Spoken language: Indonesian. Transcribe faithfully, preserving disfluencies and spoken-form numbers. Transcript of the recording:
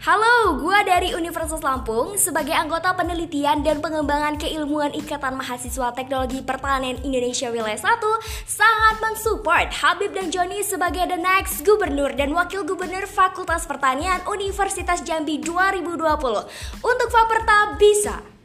Halo, gua dari Universitas Lampung sebagai anggota penelitian dan pengembangan keilmuan Ikatan Mahasiswa Teknologi Pertanian Indonesia Wilayah satu sangat mensupport Habib dan Joni sebagai the next gubernur dan wakil gubernur Fakultas Pertanian Universitas Jambi dua ribu dua puluh. Untuk Faperta bisa.